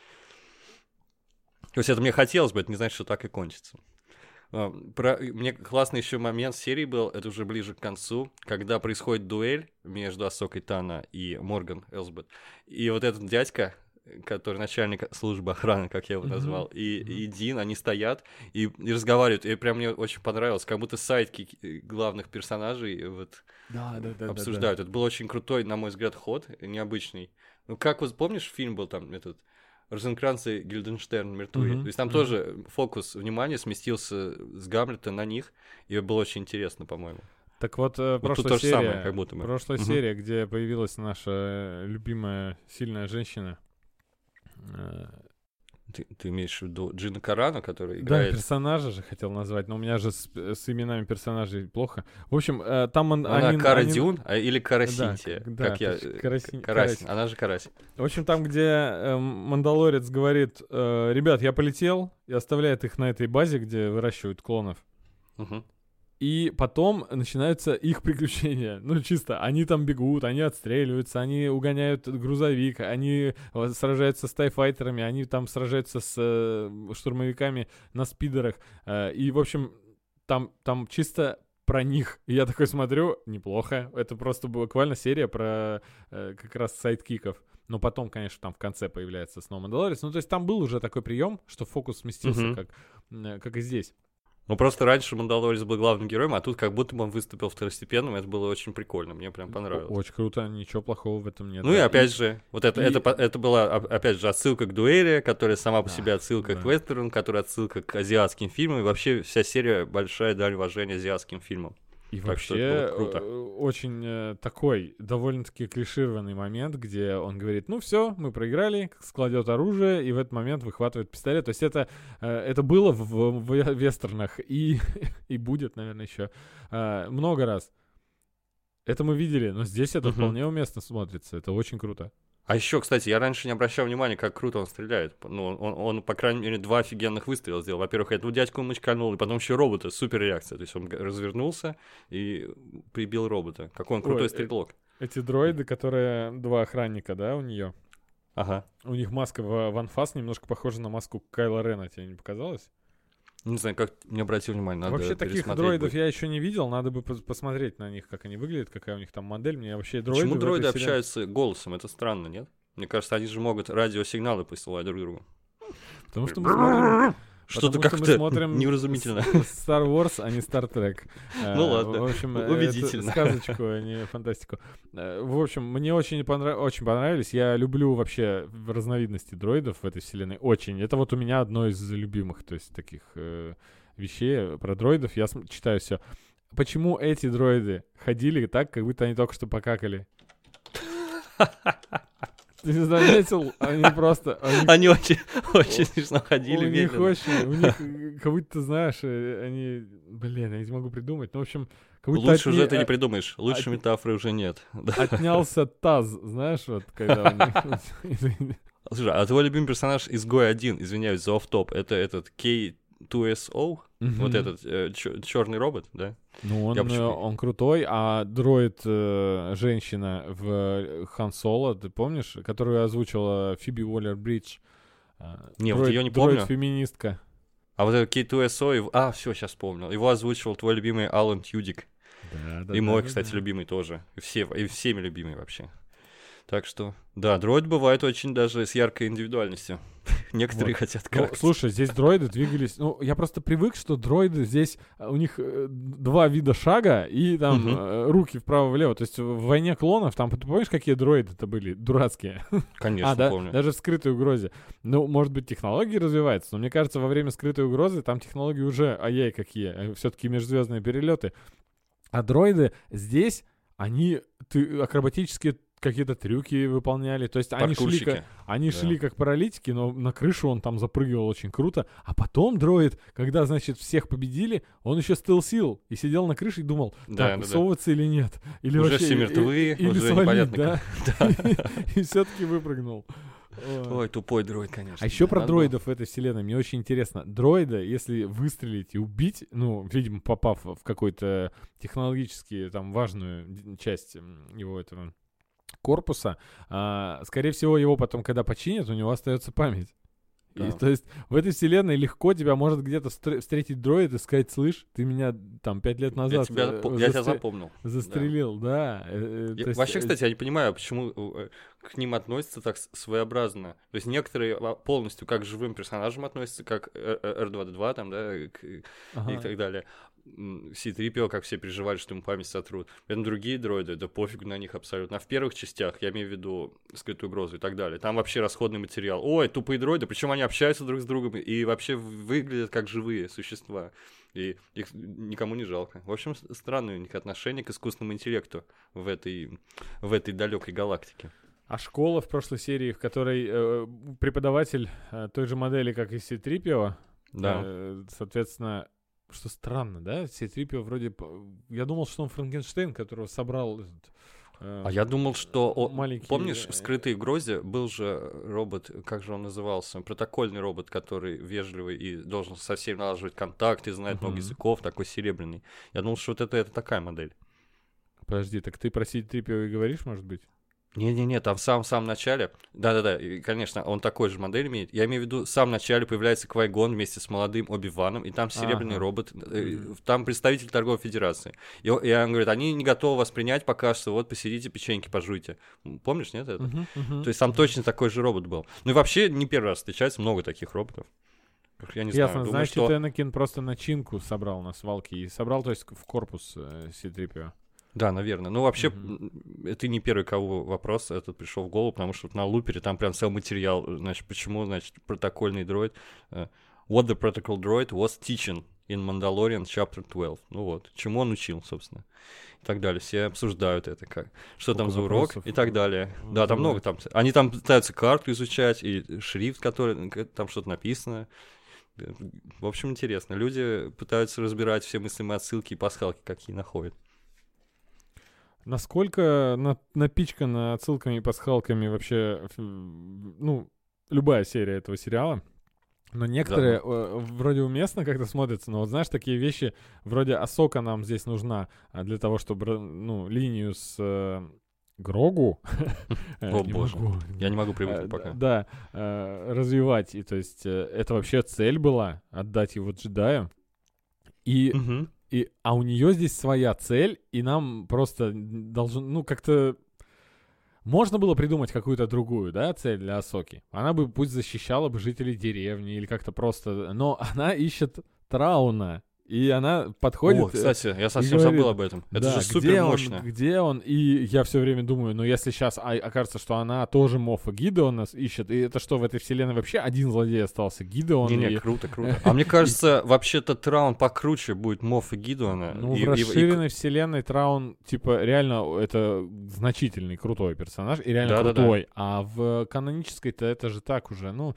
B: То есть это мне хотелось бы, это не значит, что так и кончится. А, Про... Мне классный еще момент серии был, это уже ближе к концу, когда происходит дуэль между Асокой Тано и Морган Элсбет. И вот этот дядька, который начальник службы охраны, как я его
A: Мгм.
B: назвал, и,
A: Мгм.
B: и Дин, они стоят и, и разговаривают. И прям мне очень понравилось, как будто сайдки главных персонажей вот
A: Да, да, да.
B: обсуждают. Это был очень крутой, на мой взгляд, ход, необычный. Ну, как вот помнишь, фильм был там этот Розенкранц и Гильденштерн мертвые.
A: Мгм,
B: То есть там
A: мгм.
B: тоже фокус внимания сместился с Гамлета на них, и было очень интересно, по-моему.
A: Так вот, э,
B: Вот тут
A: прошлая
B: то же
A: серия,
B: самое, как будто бы.
A: прошлая
B: Мгм.
A: серия, где появилась наша э, любимая сильная женщина. э,
B: Ты, ты имеешь в виду Джина Карану, который
A: Да,
B: играет...
A: персонажа же хотел назвать, но у меня же с, с именами персонажей плохо. В общем, э, там он,
B: Она
A: они-
B: Кара
A: они-
B: Дюн а, или Кара
A: Да,
B: Синтия,
A: к- да,
B: как я...
A: точно,
B: э,
A: Карасин-
B: Карасин,
A: Карасин.
B: она же Карасин.
A: В общем, там, где э, Мандалорец говорит: э, ребят, я полетел, и оставляет их на этой базе, где выращивают клонов.
B: Мгм.
A: И потом начинаются их приключения. Ну, чисто, они там бегут, они отстреливаются, они угоняют грузовик, они э, сражаются с тайфайтерами, они там сражаются с э, штурмовиками на спидерах. Э, и, в общем, там, там чисто про них. И я такой смотрю: неплохо. Это просто буквально серия про э, как раз сайдкиков. Но потом, конечно, там в конце появляется снова Мандалорец. Ну, то есть там был уже такой прием, что фокус сместился,
B: Мгм.
A: как, э, как и здесь.
B: Ну, просто раньше Мандалорец был главным героем, а тут как будто бы он выступил второстепенным, это было очень прикольно, мне прям понравилось.
A: Очень круто, ничего плохого в этом нет.
B: Ну и
A: Да.
B: опять же, вот это,
A: и-
B: это, по- это была, а- опять же, отсылка к дуэли, которая сама по
A: Да,
B: себе отсылка
A: да.
B: к вестерну, которая отсылка к азиатским фильмам, и вообще вся серия большая дань уважения азиатским фильмам.
A: И
B: Так
A: вообще
B: что это было круто.
A: э, очень э, такой довольно-таки клишированный момент, где он говорит, ну все, мы проиграли, складет оружие, и в этот момент выхватывает пистолет. То есть это, э, это было в, в, в вестернах и, и будет, наверное, еще э, много раз. Это мы видели, но здесь это
B: Мгм.
A: вполне уместно смотрится. Это очень круто.
B: А еще, кстати, я раньше не обращал внимания, как круто он стреляет. Ну, он, он, по крайней мере, два офигенных выстрела сделал. Во-первых, этого дядьку мочканул, и потом еще робота, супер реакция. То есть он г- развернулся и прибил робота. Какой он крутой
A: Ой, э,
B: стрелок.
A: Эти дроиды, которые два охранника, да, у нее.
B: Ага.
A: У них маска в Ванфас немножко похожа на маску Кайла Рена, тебе не показалось?
B: Не знаю, как не обратил внимания, надо
A: Вообще таких
B: пересмотреть
A: дроидов
B: будет.
A: я еще не видел, надо бы пос- посмотреть на них, как они выглядят, какая у них там модель. Мне вообще дроиды
B: Почему
A: в этой
B: дроиды
A: вселенной-
B: общаются голосом? Это странно, нет? Мне кажется, они же могут радиосигналы посылать друг другу.
A: Потому что мы смотрим...
B: Что-то
A: потому что мы
B: как-то
A: смотрим
B: невразумительно.
A: с- Star Wars, а не Star Trek.
B: Ну
A: Э,
B: ладно,
A: В общем, э,
B: убедительно.
A: это сказочку, а не фантастику. Э, В общем, мне очень, понрав- очень понравились. Я люблю вообще в- разновидности дроидов в этой вселенной. Очень. Это вот у меня одно из любимых, то есть таких э, вещей про дроидов. Я см- читаю все. Почему эти дроиды ходили так, как будто они только что покакали? Ты не заметил? Они просто... они
B: Они очень, очень смешно ходили
A: у них
B: медленно.
A: очень, у них, э, как будто, знаешь, э, они, блин, я не могу придумать, ну, в общем, как будто
B: Лучше
A: отне-
B: уже ты не
A: а-
B: придумаешь. Лучше
A: от-
B: метафоры уже нет. Да.
A: отнялся таз, знаешь, вот, когда у них...
B: Слушай, а твой любимый персонаж изгой один, извиняюсь за офф-топ, это этот кей ту эс о? Вот
A: Мгм.
B: этот черный робот, да?
A: Ну, он,
B: Я
A: э,
B: почему-
A: он крутой, а дроид э, женщина в Хан Соло, ты помнишь, которую озвучила Фиби Уоллер-Бридж? А,
B: Не, вот
A: дроид-
B: её не помню.
A: Дроид-феминистка.
B: А вот этот кей ту эс о, его- а, все, сейчас вспомнил. Его озвучивал твой любимый Алан Тьюдик.
A: Да, да,
B: И мой,
A: да,
B: кстати,
A: да.
B: любимый тоже. И, все, и всеми любимый вообще. Так что, да, дроид бывает очень даже с яркой индивидуальностью. Некоторые
A: Вот.
B: хотят
A: Ну,
B: как.
A: слушай, здесь дроиды двигались. Ну, я просто привык, что дроиды здесь а, у них э, два вида шага и там
B: Мгм.
A: э, руки вправо-влево. То есть в в войне клонов там, ты помнишь, какие дроиды-то были дурацкие?
B: Конечно,
A: а, да,
B: помню.
A: даже в скрытой угрозе. Ну, может быть, технологии развиваются, но мне кажется, во время скрытой угрозы там технологии уже ай-яй какие. Все-таки межзвездные перелеты. А дроиды здесь, они ты, акробатические какие-то трюки выполняли. То есть они шли, как,
B: Паркурщики.
A: они
B: Да.
A: шли как паралитики, но на крышу он там запрыгивал очень круто. А потом дроид, когда, значит, всех победили, он еще стелсил и сидел на крыше и думал,
B: Да,
A: так,
B: да, да.
A: высовываться или нет. Или
B: Уже
A: вообще,
B: все
A: и-
B: мертвы,
A: и- или
B: уже
A: свалить,
B: непонятно
A: да?
B: Да.
A: И все-таки выпрыгнул. Ой.
B: Ой, тупой дроид, конечно.
A: А еще
B: да,
A: про
B: надо было.
A: дроидов в этой вселенной мне очень интересно. Дроида, если выстрелить и убить, ну, видимо, попав в какую-то технологически там важную д- часть м, его этого корпуса, а, скорее всего, его потом, когда починят, у него остается память. И,
B: Да.
A: то есть в этой вселенной легко тебя может где-то встр- встретить дроид и сказать, слышь, ты меня там пять лет
B: Я,
A: назад
B: тебя,
A: э,
B: запо- я тебя
A: застре-
B: запомнил.
A: застрелил, да. э, э,
B: Я-
A: то есть,
B: вообще,
A: э,
B: кстати, я не понимаю, почему э, к ним относятся так с- своеобразно. То есть некоторые а, полностью как к живым персонажам относятся, как э, э, эр два дэ два там, да, к- и
A: ага.
B: так далее. си три пи о, как все переживали, что ему память сотрут. При этом другие дроиды, да пофиг на них абсолютно. А в первых частях, я имею в виду скрытую угрозу и так далее, там вообще расходный материал. Ой, тупые дроиды, причем они общаются друг с другом и вообще выглядят как живые существа. И их никому не жалко. В общем, с- странное у них отношение к искусственному интеллекту в этой, в этой далекой галактике.
A: А школа в прошлой серии, в которой э, преподаватель э, той же модели, как и си три пи о,
B: Да.
A: э, соответственно, что странно, да? си три пи о вроде... п- Я думал, что он Франкенштейн, которого собрал... этот, э,
B: А я думал, что... о-
A: маленький,
B: Помнишь,
A: э,
B: в «Скрытой угрозе» был же робот, как же он назывался? Протокольный робот, который вежливый и должен со всеми налаживать контакты, знает много
A: Мгм.
B: языков, такой серебряный. Я думал, что вот это, это такая модель.
A: Подожди, так ты про си три пи о и говоришь, может быть?
B: Не-не-не, там в самом-самом начале, да-да-да, и, конечно, он такой же модель имеет. Я имею в виду, в самом начале появляется Квай-Гон вместе с молодым Оби-Ваном, и там серебряный
A: Ага.
B: робот, э,
A: Мгм.
B: там представитель торговой федерации. И, о- и он говорит, они не готовы вас принять пока что, вот посидите, печеньки пожуйте. М, Помнишь, нет, это?
A: Мгм, мгм.
B: То есть там точно такой же робот был. Ну и вообще не первый раз встречается много таких роботов. Я не
A: Ясно,
B: знаю, думаю,
A: значит,
B: что...
A: Энакин просто начинку собрал на свалке и собрал, то есть, в корпус э, си три пи о.
B: Да, наверное. Ну, вообще,
A: Мгм.
B: м, ты не первый, кого вопрос этот пришел в голову, потому что вот на лупере там прям целый материал. Значит, почему, значит, протокольный дроид... э, What the protocol droid was teaching. in Mandalorian Chapter двенадцать. Ну вот, чему он учил, собственно. И так далее. Все обсуждают это, как, что там за урок и так далее. Вызывает. Да, там много. Там, они там пытаются карту изучать, и шрифт, который, там что-то написано. В общем, интересно. Люди пытаются разбирать все мыслимые отсылки и пасхалки, какие находят.
A: Насколько на, напичкана отсылками и пасхалками вообще, ну, любая серия этого сериала, но некоторые да. э, вроде уместно как-то смотрятся, но вот знаешь, такие вещи, вроде Асока нам здесь нужна для того, чтобы, ну, линию с э, Грогу
B: О боже, я не могу привыкнуть пока.
A: Да, развивать, и то есть это вообще цель была, отдать его джедаю, и... И, а у нее здесь своя цель, и нам просто должен, ну, как-то... Можно было придумать какую-то другую, да, цель для Асоки. Она бы пусть защищала бы жителей деревни или как-то просто... Но она ищет Трауна. И она подходит...
B: О, кстати, я совсем говорит, забыл об этом. Это
A: да,
B: же супер мощно.
A: Он, где он? И я все время думаю, ну если сейчас а, окажется, что она тоже Моффа Гидеона ищет, и это что, в этой вселенной вообще один злодей остался? Гидеон?
B: Не-не,
A: и...
B: круто, круто. А мне кажется, вообще-то Траун покруче будет Моффа Гидеона.
A: Ну, в расширенной вселенной Траун, типа, реально это значительный, крутой персонаж, и реально крутой. А в канонической-то это же так уже, ну...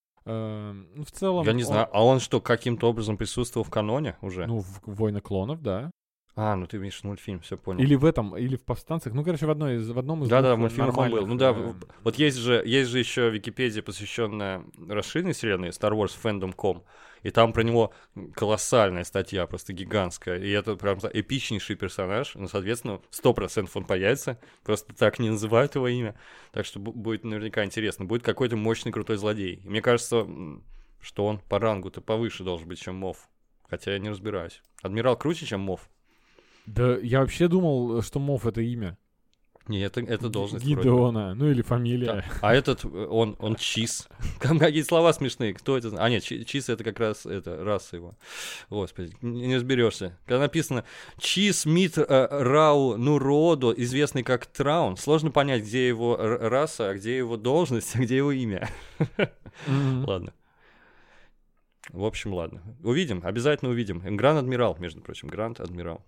A: Uh, ну, в целом...
B: Я не
A: он...
B: знаю, а он что, каким-то образом присутствовал в каноне уже?
A: Ну, в «Войны клонов», да.
B: А, ну ты имеешь в виду мультфильм, все понял.
A: Или в этом, или в «Повстанцах». Ну, короче, в, одной из, в одном из
B: Да-да, мультфильм он был. Ну да,
A: э...
B: вот есть же, есть же еще Википедия, посвященная расширенной вселенной, Star Wars Fandom точка ком, и там про него колоссальная статья, просто гигантская, и это прям эпичнейший персонаж, ну, соответственно, сто процентов он появится, просто так не называют его имя, так что будет наверняка интересно, будет какой-то мощный крутой злодей. И мне кажется, что он по рангу-то повыше должен быть, чем Мофф, хотя я не разбираюсь. Адмирал круче, чем Мофф?
A: Да, я вообще думал, что Мофф — это имя.
B: Не, это, это должность.
A: Гидеона, ну или фамилия.
B: Да. А этот, он, он Чиз. Там какие слова смешные, кто это? А нет, Чиз это как раз это, раса его. Господи, не, не разберешься. Когда написано Чиз Мит э, Рау Нуродо, известный как Траун, сложно понять, где его раса, а где его должность, а где его имя. Ладно. В общем, ладно. Увидим, обязательно увидим. Гранд-адмирал, между прочим, Гранд-адмирал.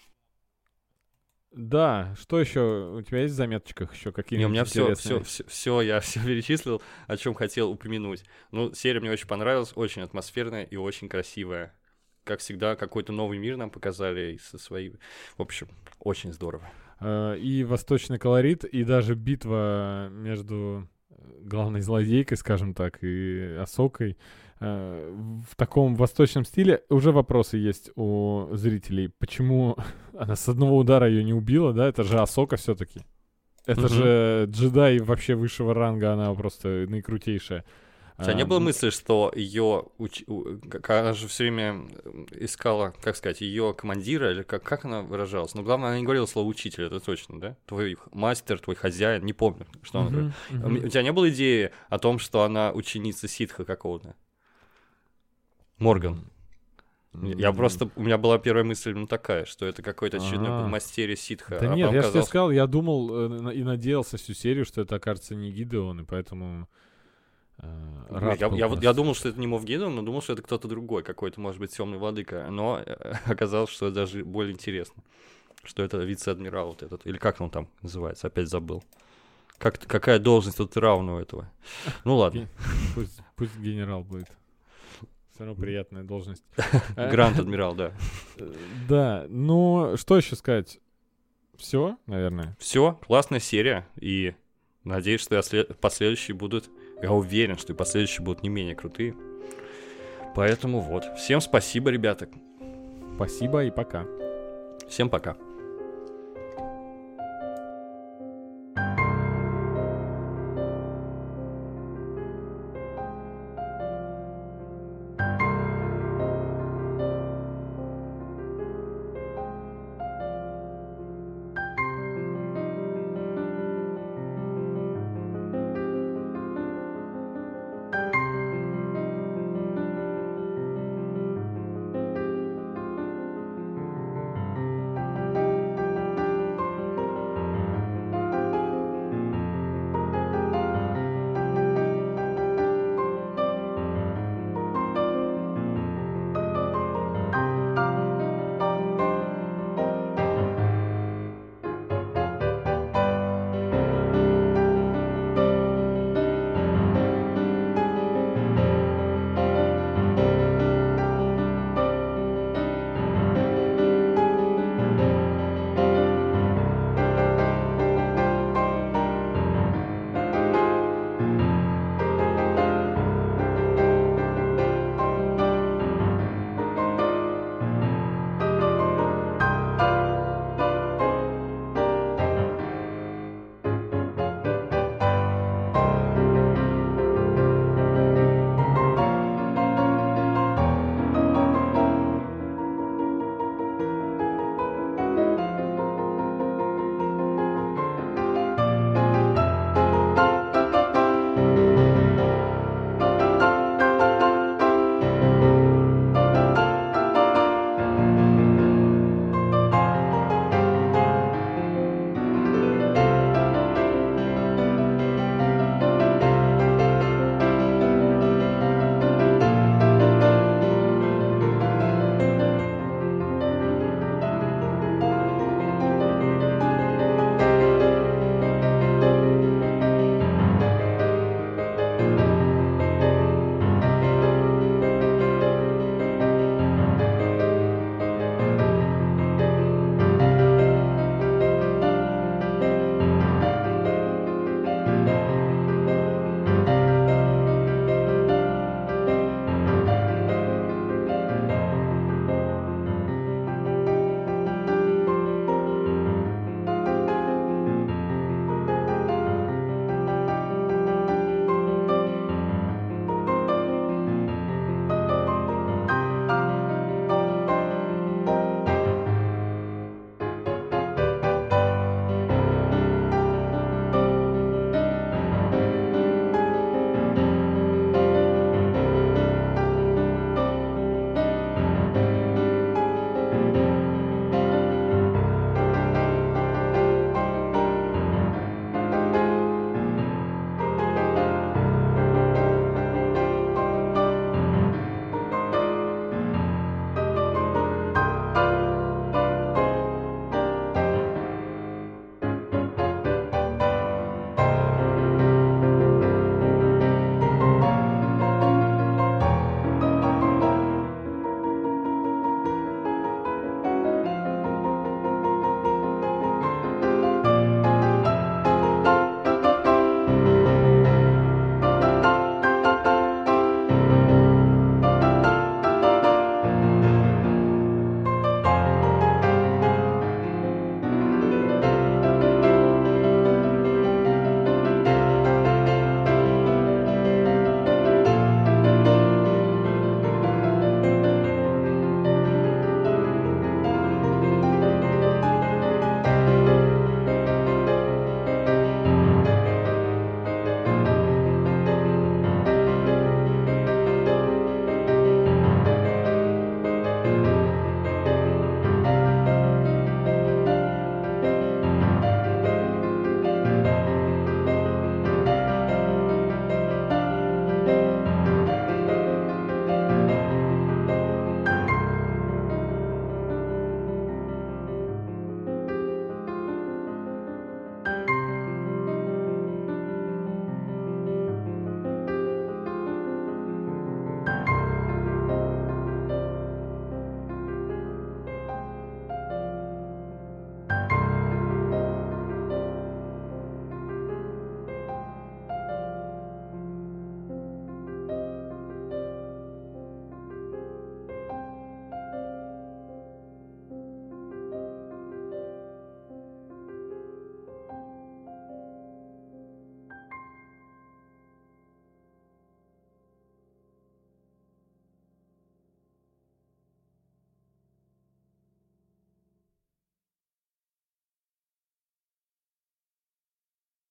A: Да, что еще? У тебя есть в заметочках еще какие-нибудь?
B: Не, у меня все,
A: все,
B: все, все, я все перечислил, о чем хотел упомянуть. Ну, серия мне очень понравилась, очень атмосферная и очень красивая. Как всегда, какой-то новый мир нам показали со своей... В общем, очень здорово.
A: И восточный колорит, и даже битва между главной злодейкой, скажем так, и Асокой в таком восточном стиле. Уже вопросы есть у зрителей. Почему она с одного удара ее не убила, да? Это же Асока все-таки. Это mm-hmm. же джедай вообще высшего ранга, она просто наикрутейшая.
B: У тебя а, не было мысли, что ее уч... она же все время искала, как сказать, ее командира, или как, как она выражалась? Но главное, она не говорила слово учитель, это точно, да? Твой мастер, твой хозяин, не помню, что она говорит. Uh-huh, uh-huh. У тебя не было идеи о том, что она ученица ситха какого-то? Морган. Mm-hmm. Я просто... У меня была первая мысль именно такая, что это какой-то очередной А-а-а. подмастерье ситха.
A: Да
B: а
A: нет, я
B: казалось...
A: же тебе сказал, я думал э, и надеялся всю серию, что это окажется не Гидеон, и поэтому...
B: Э, рад я, я, я думал, что это не Мофф Гидеон, но думал, что это кто-то другой, какой-то, может быть, темный владыка. Но оказалось, что это даже более интересно. Что это вице-адмирал вот этот. Или как он там называется, опять забыл. Как, какая должность тут равна у этого? Ну ладно.
A: Пусть, пусть генерал будет. Все равно приятная должность.
B: Гранд-адмирал, да.
A: Да, ну что еще сказать? Все, наверное.
B: Все, классная серия. И надеюсь, что последующие будут... Я уверен, что и последующие будут не менее крутые. Поэтому вот. Всем спасибо, ребята.
A: Спасибо и пока.
B: Всем пока.